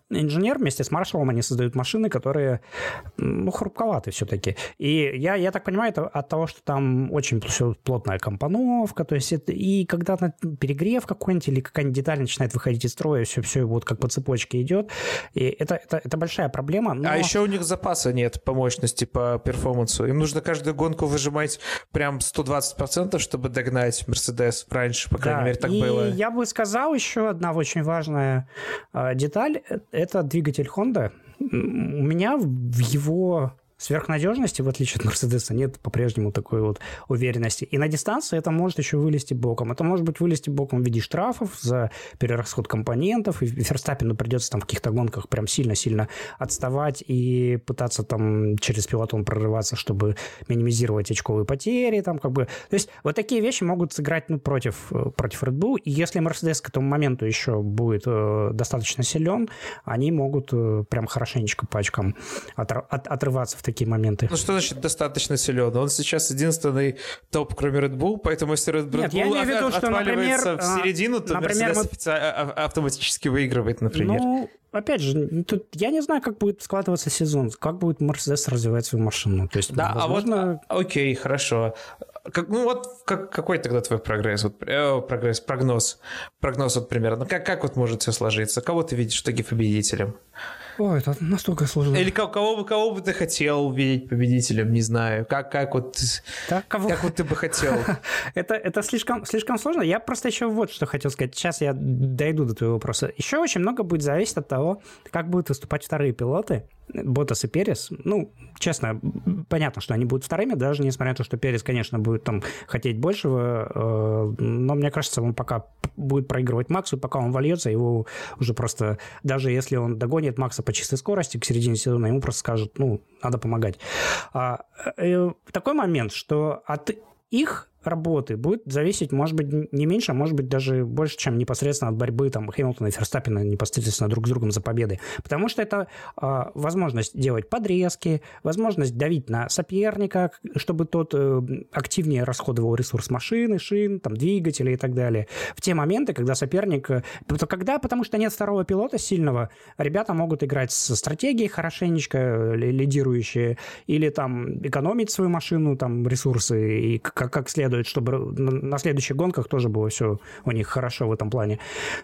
инженер вместе с Маршалом, они создают машины, которые, ну, хрупковаты все-таки. И я, я так понимаю, это от того, что там очень плотная компоновка, то есть это, и когда перегрев какой-нибудь или какая-нибудь деталь начинает выходить из строя, все, все вот как по цепочке идет, и это, это, это большая проблема. Но... А еще у них запаса нет по мощности, по перформансу. Им нужно каждую гонку выжимать прям сто двадцать процентов, чтобы догнать Мерседес. Раньше, по крайней да, мере, так и было. Я бы сказал, еще одна очень важная э, деталь – это двигатель Honda. У меня в его сверхнадежности, в отличие от Мерседеса, нет по-прежнему такой вот уверенности. И на дистанции это может еще вылезти боком. Это может быть вылезти боком в виде штрафов за перерасход компонентов, и Ферстаппену придется там в каких-то гонках прям сильно-сильно отставать и пытаться там через пилотон прорываться, чтобы минимизировать очковые потери. Там, как бы. То есть вот такие вещи могут сыграть ну, против, против Red Bull. И если Мерседес к этому моменту еще будет э, достаточно силен, они могут э, прям хорошенечко по очкам от, от, отрываться в такие моменты. Ну, что значит достаточно силен? Он сейчас единственный топ, кроме Red Bull, поэтому если Red Bull Нет, я имею в виду, что, отваливается например, в середину, то например, Mercedes мы... автоматически выигрывает, например. Ну, опять же, тут я не знаю, как будет складываться сезон, как будет Mercedes развивать свою машину. То есть, да, возможно... а вот, окей, хорошо. Как, ну вот как, какой тогда твой прогресс? Вот, э, прогресс, прогноз. Прогноз вот примерно. Как, как вот может все сложиться? Кого ты видишь в итоге победителем? Ой, это настолько сложно. Или кого, кого, кого бы ты хотел увидеть победителем, не знаю. Как, как, вот, да, кого... как вот ты бы хотел? это это слишком, слишком сложно. Я просто еще вот что хотел сказать. Сейчас я дойду до твоего вопроса. Еще очень много будет зависеть от того, как будут выступать вторые пилоты. Ботас и Перес. Ну, честно, понятно, что они будут вторыми, даже несмотря на то, что Перес, конечно, будет там хотеть большего, но мне кажется, он пока будет проигрывать Максу, пока он вольется, его уже просто, даже если он догонит Макса по чистой скорости к середине сезона, ему просто скажут, ну, надо помогать. А, э, такой момент, что от их работы будет зависеть, может быть, не меньше, а может быть, даже больше, чем непосредственно от борьбы там, Хэмилтона и Ферстаппена непосредственно друг с другом за победы. Потому что это э, возможность делать подрезки, возможность давить на соперника, чтобы тот э, активнее расходовал ресурс машины, шин, там, двигателя и так далее. В те моменты, когда соперник... Когда, потому что нет второго пилота сильного, ребята могут играть со стратегией хорошенечко, лидирующие, или там экономить свою машину, там, ресурсы, и как, как следует, чтобы на следующих гонках тоже было все у них хорошо в этом плане.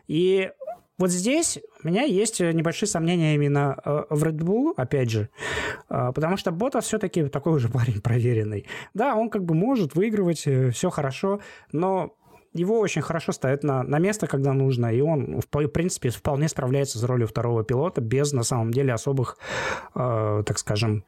И вот здесь у меня есть небольшие сомнения именно в Red Bull, опять же, потому что Ботас все-таки такой уже парень проверенный. Да, он как бы может выигрывать, все хорошо, но его очень хорошо ставят на, на место, когда нужно, и он, в принципе, вполне справляется с ролью второго пилота без, на самом деле, особых, э, так скажем,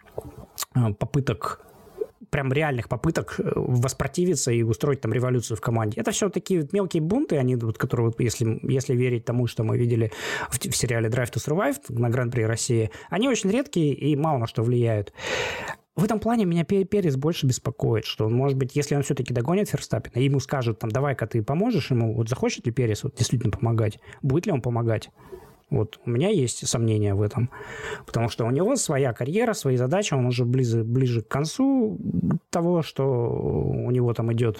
попыток прям реальных попыток воспротивиться и устроить там революцию в команде. Это все такие мелкие бунты, они, вот, которые, вот, если, если верить тому, что мы видели в, в сериале Drive to Survive на Гран-при России, они очень редкие и мало на что влияют. В этом плане меня Перес больше беспокоит, что он, может быть, если он все-таки догонит Ферстаппена, и ему скажут, там, давай-ка ты поможешь ему, вот захочет ли Перес вот, действительно помогать, будет ли он помогать? Вот у меня есть сомнения в этом, потому что у него своя карьера, свои задачи, он уже ближе, ближе к концу того, что у него там идет.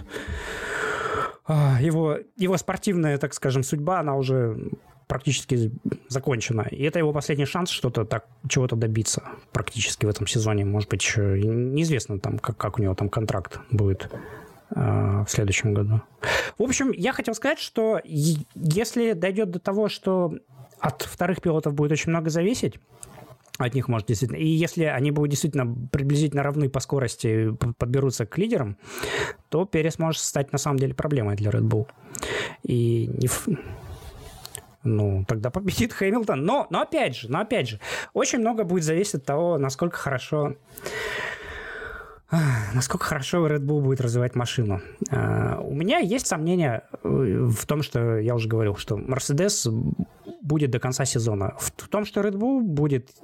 Его, его спортивная, так скажем, судьба, она уже практически закончена. И это его последний шанс что-то так, чего-то добиться практически в этом сезоне. Может быть, еще неизвестно, там, как, как у него там контракт будет в следующем году. В общем, я хотел сказать, что если дойдет до того, что от вторых пилотов будет очень много зависеть, от них может действительно... И если они будут действительно приблизительно равны по скорости, подберутся к лидерам, то Перес может стать на самом деле проблемой для Red Bull. И не... Ну, тогда победит Хэмилтон. Но, но опять же, но опять же, очень много будет зависеть от того, насколько хорошо... Насколько хорошо Red Bull будет развивать машину. У меня есть сомнения в том, что я уже говорил, что Mercedes будет до конца сезона. В том, что Red Bull будет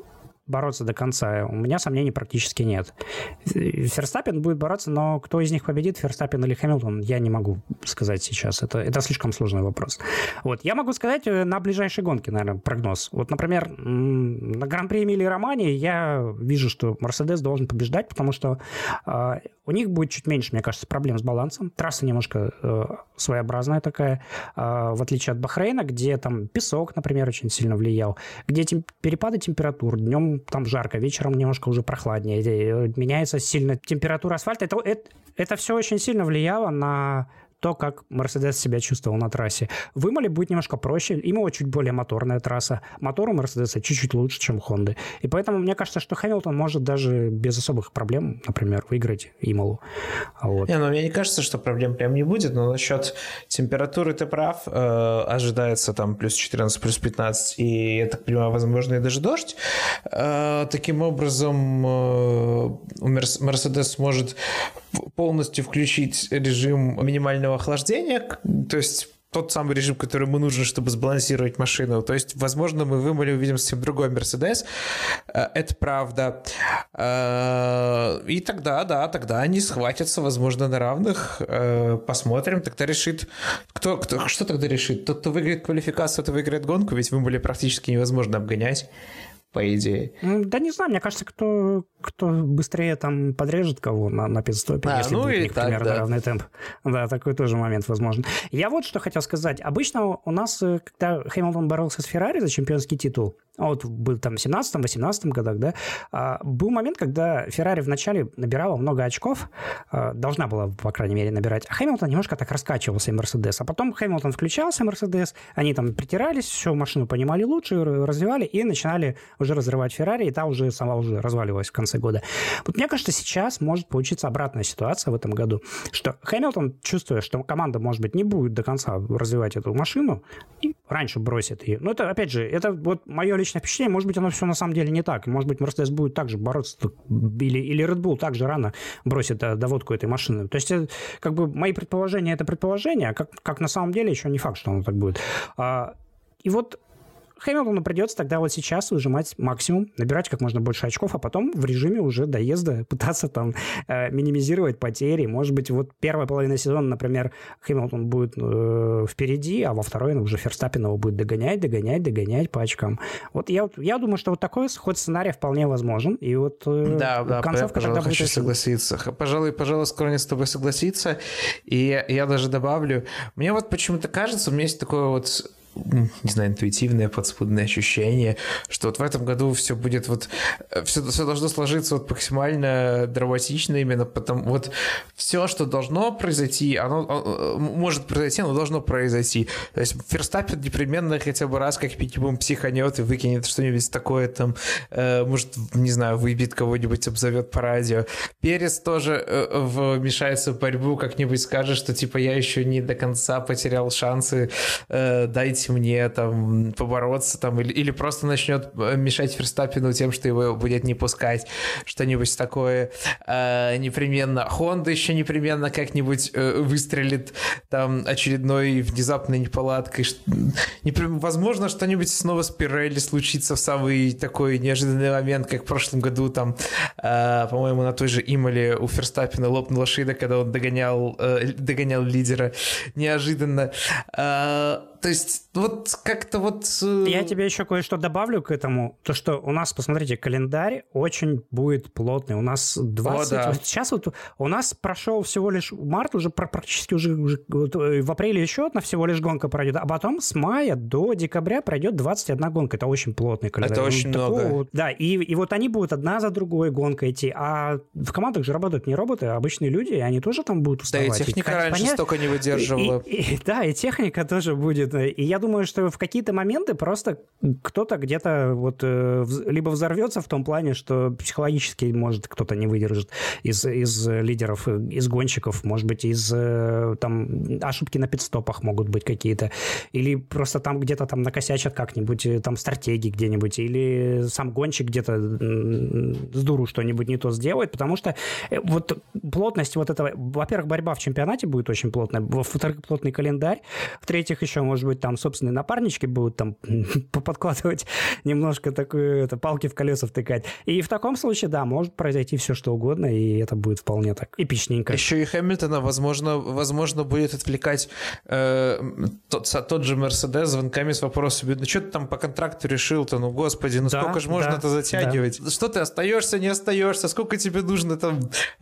бороться до конца, у меня сомнений практически нет. Ферстаппен будет бороться, но кто из них победит, Ферстаппен или Хэмилтон, я не могу сказать сейчас. Это, это слишком сложный вопрос. Вот. Я могу сказать на ближайшие гонки, наверное, прогноз. Вот, например, на Гран-при Эмилии-Романии я вижу, что Мерседес должен побеждать, потому что э, у них будет чуть меньше, мне кажется, проблем с балансом. Трасса немножко э, своеобразная такая, э, в отличие от Бахрейна, где там песок, например, очень сильно влиял, где тем, перепады температур, днем там жарко, вечером немножко уже прохладнее, меняется сильно температура асфальта. Это, это, это все очень сильно влияло на то, как Мерседес себя чувствовал на трассе. В Имоле будет немножко проще. Имола чуть более моторная трасса. Мотор у Мерседеса чуть-чуть лучше, чем у Хонды. И поэтому мне кажется, что Хэмилтон может даже без особых проблем, например, выиграть Имолу. Вот. Не, ну мне не кажется, что проблем прям не будет, но насчет температуры ты прав. Э, ожидается там плюс четырнадцать, плюс пятнадцать, и, я так понимаю, возможно, и даже дождь. Э, таким образом, э, Мерседес сможет полностью включить режим минимального охлаждения, то есть тот самый режим, который ему нужен, чтобы сбалансировать машину. То есть, возможно, мы в Имоле увидим совсем другой Мерседес. Это правда. И тогда, да, тогда они схватятся, возможно, на равных. Посмотрим. Тогда решит... Кто, кто, что тогда решит? Тот, кто выиграет квалификацию, тот выиграет гонку, ведь в Имоле практически невозможно обгонять, по идее. Да не знаю, мне кажется, кто, кто быстрее там подрежет кого на, на пит-стопе, а, если ну будет у них так, примерно да. равный темп. Да, такой тоже момент возможен. Я вот что хотел сказать. Обычно у нас, когда Хэмилтон боролся с Феррари за чемпионский титул, вот был там в семнадцатом-восемнадцатом годах, да, был момент, когда Феррари вначале набирала много очков, должна была, по крайней мере, набирать, а Хэмилтон немножко так раскачивался, и Мерседес. А потом Хэмилтон включался, Мерседес, они там притирались, всю машину понимали лучше, развивали и начинали уже разрывать Феррари, и та уже сама уже разваливалась в конце года. Вот мне кажется, сейчас может получиться обратная ситуация в этом году, что Хэмилтон, чувствуя, что команда, может быть, не будет до конца развивать эту машину, и раньше бросит ее. Но это, опять же, это вот мое личное впечатление, может быть, оно все на самом деле не так. Может быть, Мерседес будет также бороться, или, или Red Bull также рано бросит доводку этой машины. То есть, как бы, мои предположения — это предположения, а как, как на самом деле еще не факт, что оно так будет. И вот Хэмилтону придется тогда вот сейчас выжимать максимум, набирать как можно больше очков, а потом в режиме уже доезда пытаться там э, минимизировать потери. Может быть, вот первая половина сезона, например, Хэмилтон будет э, впереди, а во второй уже Ферстаппен его будет догонять, догонять, догонять по очкам. Вот я, вот, я думаю, что вот такой ход сценария вполне возможен. И вот э, да, да, концовка пожалуй, тогда будет... хочу согласиться. Пожалуй, пожалуй, скоро не с тобой согласиться. И я, я даже добавлю, мне вот почему-то кажется, у меня есть такое вот, не знаю, интуитивное подспудное ощущение, что вот в этом году все будет вот, все, все должно сложиться вот максимально драматично именно потому, вот все, что должно произойти, оно, оно может произойти, оно должно произойти. То есть Ферстаппен непременно хотя бы раз как минимум психанет и выкинет что-нибудь такое там, э, может, не знаю, выбьет кого-нибудь, обзовет по радио. Перес тоже э, вмешается в борьбу, как-нибудь скажет, что типа я еще не до конца потерял шансы, э, дайте мне там побороться там, или, или просто начнет мешать Ферстаппену тем, что его будет не пускать, что-нибудь такое э, непременно. Хонда еще непременно как-нибудь э, выстрелит там очередной внезапной неполадкой. Непрем... Возможно, что-нибудь снова с Пирелли случится в самый такой неожиданный момент, как в прошлом году там, э, по-моему, на той же Имоле у Ферстаппена лопнула шина, когда он догонял, э, догонял лидера неожиданно. Э, То есть вот как-то вот... Я тебе еще кое-что добавлю к этому. То, что у нас, посмотрите, календарь очень будет плотный. У нас двадцать... О, да. Сейчас вот у нас прошел всего лишь март, уже практически уже, уже вот в апреле еще одна всего лишь гонка пройдет, а потом с мая до декабря пройдет двадцать одна гонка. Это очень плотный календарь. Это очень Такого, много. вот, да, и, и вот они будут одна за другой гонкой идти. А в командах же работают не роботы, а обычные люди, и они тоже там будут уставать. Да, и техника и, раньше понять... столько не выдерживала. И, и, и, да, и техника тоже будет. И я думаю, что в какие-то моменты просто кто-то где-то вот либо взорвется в том плане, что психологически, может, кто-то не выдержит из, из лидеров, из гонщиков, может быть, из там ошибки на пит-стопах могут быть какие-то, или просто там где-то там накосячат как-нибудь, там стратегии где-нибудь, или сам гонщик где-то с дуру что-нибудь не то сделает, потому что вот плотность вот этого, во-первых, борьба в чемпионате будет очень плотная, во-вторых, плотный календарь, в-третьих, еще может может быть, там собственные напарнички будут там подкладывать немножко такую, это, палки в колеса втыкать. И в таком случае, да, может произойти все, что угодно, и это будет вполне так эпичненько. Еще и Хэмилтона, возможно, возможно будет отвлекать э, тот, тот же Мерседес звонками с вопросами, ну что ты там по контракту решил-то, ну господи, ну да, сколько же можно да, это затягивать? Да. Что ты остаешься, не остаешься? Сколько тебе нужно там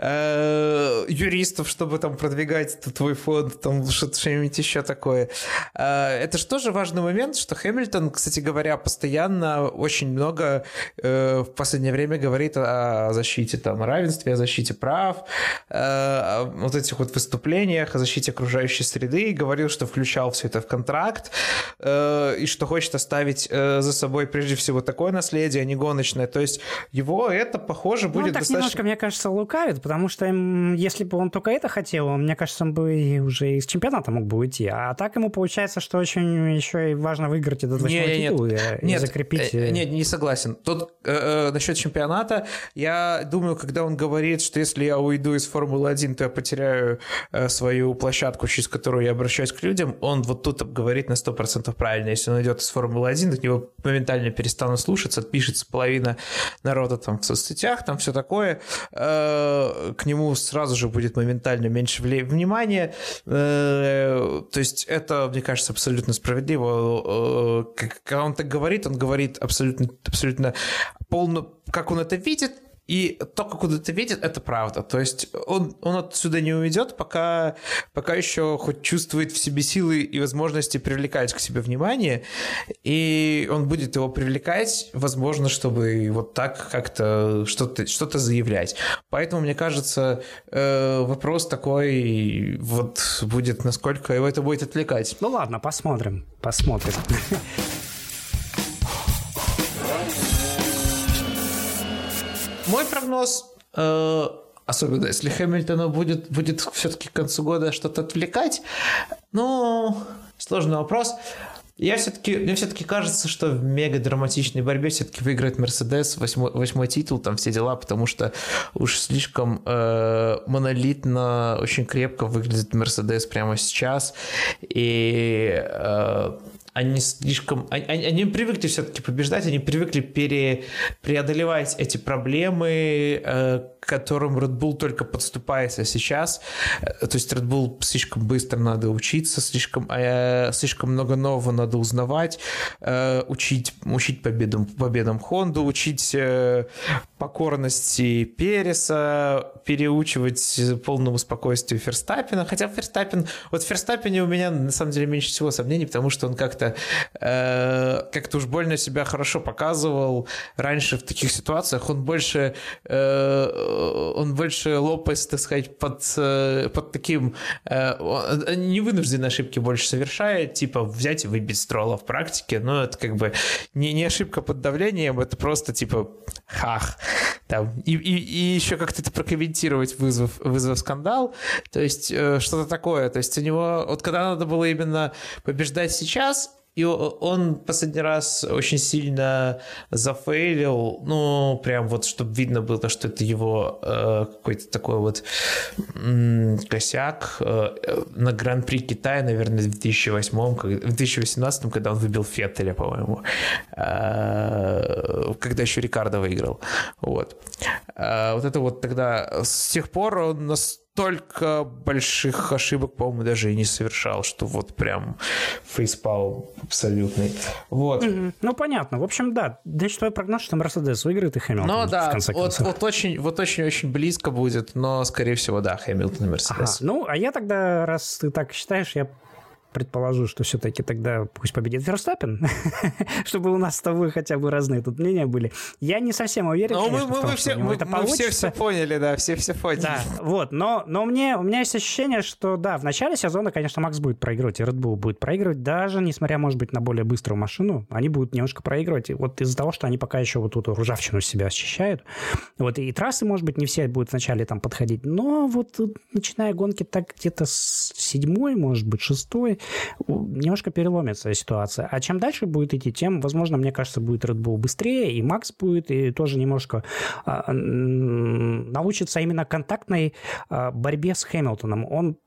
э, юристов, чтобы там продвигать твой фонд, там что-нибудь еще такое? Э, это же тоже важный момент, что Хэмилтон, кстати говоря, постоянно очень много э, в последнее время говорит о защите там равенстве, о защите прав, э, о вот этих вот выступлениях, о защите окружающей среды, и говорил, что включал все это в контракт, э, и что хочет оставить э, за собой прежде всего такое наследие, а не гоночное. То есть его это, похоже, будет ну, так достаточно... немножко, мне кажется, лукавит, потому что им, если бы он только это хотел, мне кажется, он бы уже из чемпионата мог бы уйти. А так ему получается, что очень еще и важно выиграть этот восьмой титул и, нет, и закрепить... Нет, не согласен. Тут э, э, насчет чемпионата, я думаю, когда он говорит, что если я уйду из Формулы один, то я потеряю э, свою площадку, через которую я обращаюсь к людям, он вот тут говорит на сто процентов правильно. Если он идет из Формулы один, то него моментально перестанут слушаться, отпишется половина народа там в соцсетях, там все такое. Э, к нему сразу же будет моментально меньше внимания. Э, то есть это, мне кажется, абсолютно справедливо. Э, когда он так говорит, он говорит абсолютно, абсолютно полно, как он это видит, и то, как он это видит, это правда. То есть он, он отсюда не уйдет, пока, пока еще хоть чувствует в себе силы и возможности привлекать к себе внимание, и он будет его привлекать, возможно, чтобы вот так как-то что-то, что-то заявлять. Поэтому, мне кажется, вопрос такой вот будет, насколько его это будет отвлекать. Ну ладно, посмотрим, посмотрим. Мой прогноз, э, особенно если Хэмилтона будет, будет все-таки к концу года что-то отвлекать, ну, сложный вопрос. Я все-таки, мне все-таки кажется, что в мега-драматичной борьбе все-таки выиграет Мерседес, восьмой, восьмой титул, там все дела, потому что уж слишком э, монолитно, очень крепко выглядит Мерседес прямо сейчас, и... Э, Они слишком... Они, они привыкли все-таки побеждать, они привыкли пере, преодолевать эти проблемы, э, к которым Red Bull только подступается сейчас. То есть Red Bull слишком быстро надо учиться, слишком, э, слишком много нового надо узнавать, э, учить, учить победам, победам Хонду, учить э, покорности Переса, переучивать полному спокойствию Ферстаппена. Хотя Ферстаппен... Вот в Ферстаппене у меня на самом деле меньше всего сомнений, потому что он как-то Э, как-то уж больно себя хорошо показывал раньше в таких ситуациях. Он больше э, он больше Лопес, так сказать, под, под таким э, невынужденные ошибки больше совершает, типа взять и выбить Строла в практике. Но это как бы не, не ошибка под давлением, это просто типа хах. Там. И, и, и еще как-то это прокомментировать, вызвав, вызвав скандал. То есть э, что-то такое. То есть у него, вот когда надо было именно побеждать сейчас, и он последний раз очень сильно зафейлил, ну, прям вот, чтобы видно было, что это его э, какой-то такой вот м- косяк э, на Гран-при Китая, наверное, в две тысячи восьмом, в две тысячи восемнадцатом, когда он выбил Феттеля, по-моему, э, когда еще Рикардо выиграл. Вот. Э, вот это вот тогда, с тех пор он нас столько больших ошибок, по-моему, даже и не совершал, что вот прям фейспал абсолютный. Вот. Mm-hmm. Ну, понятно. В общем, да. Значит, твой прогноз, что Мерседес выиграет и Хэмилтон, ну, да, в конце концов. Вот, вот очень, вот очень-очень близко будет, но, скорее всего, да, Хэмилтон и Мерседес. Ага. Ну, а я тогда, раз ты так считаешь, я предположу, что все-таки тогда пусть победит Верстаппен, чтобы у нас с тобой хотя бы разные тут мнения были. Я не совсем уверен, но конечно, мы, в том, мы, что все, у него мы, это мы получится. все все поняли, да, все все поняли. Да, вот, но, но мне, у меня есть ощущение, что, да, в начале сезона, конечно, Макс будет проигрывать, и Red Bull будет проигрывать, даже несмотря, может быть, на более быструю машину, они будут немножко проигрывать. И вот из-за того, что они пока еще вот эту ржавчину себя ощущают. Вот, и трассы, может быть, не все будут вначале там подходить, но вот начиная гонки так где-то с седьмой, может быть, шестой, немножко переломится ситуация. А чем дальше будет идти, тем, возможно, мне кажется, будет Red Bull быстрее, и Макс будет, и тоже немножко а, научится именно контактной а, борьбе с Хэмилтоном. Он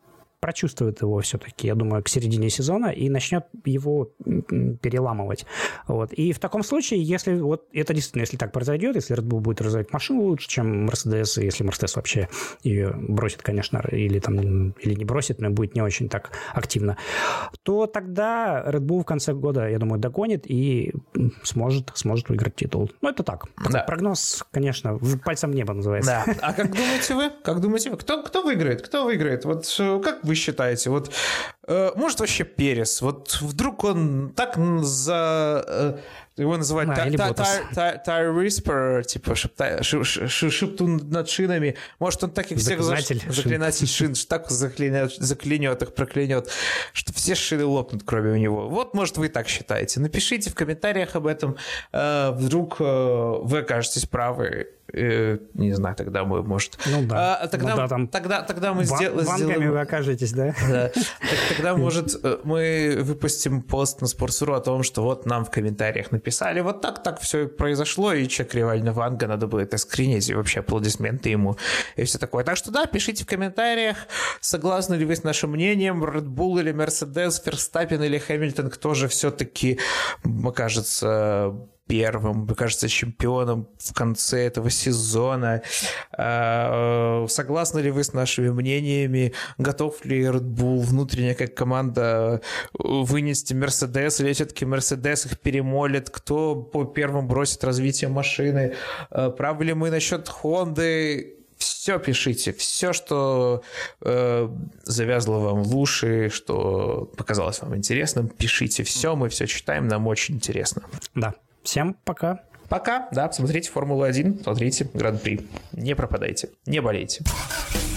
прочувствует его все-таки, я думаю, к середине сезона и начнет его переламывать. Вот. И в таком случае, если вот это действительно, если так произойдет, если Red Bull будет развивать машину лучше, чем Mercedes, и если Mercedes вообще ее бросит, конечно, или, там, или не бросит, но будет не очень так активно, то тогда Red Bull в конце года, я думаю, догонит и сможет, сможет выиграть титул. Ну, это так. Да. Прогноз, конечно, пальцем в небо называется. Да. А как думаете вы? Как думаете вы? Кто, кто выиграет? Кто выиграет? Вот как вы считаете? Вот, э, может, вообще Перес? Вот вдруг он так за... Его называют а, Tire Whisperer, типа шептун над шинами. Может, он так их всех заклинатель шин, так заклянет, заклянет их, проклянет, что все шины лопнут, кроме у него. Вот, может, вы так считаете. Напишите в комментариях об этом. Вдруг вы окажетесь правы. Не знаю, тогда мы, может... Ну да. А, тогда, ну, да там тогда, тогда мы сделаем... Вангами вы окажетесь, да? Да. Тогда, может, мы выпустим пост на Sports.ru о том, что вот нам в комментариях написали, вот так, так все произошло, и человек реально Ванга надо будет скринить, и вообще аплодисменты ему, и все такое. Так что да, пишите в комментариях, согласны ли вы с нашим мнением, Red Bull или Mercedes, Verstappen или Hamilton, кто же все-таки окажется первым, мне кажется, чемпионом в конце этого сезона. Согласны ли вы с нашими мнениями? Готов ли Red Bull внутренне как команда вынести Mercedes, или все-таки Mercedes их перемолит? Кто по первым бросит развитие машины? Правы ли мы насчет Honda? Все пишите, все, что э, завязло вам в уши, что показалось вам интересным, пишите все, мы все читаем, нам очень интересно. Да. Всем пока. Пока, да, смотрите Формулу один, смотрите Гран-при. Не пропадайте, не болейте.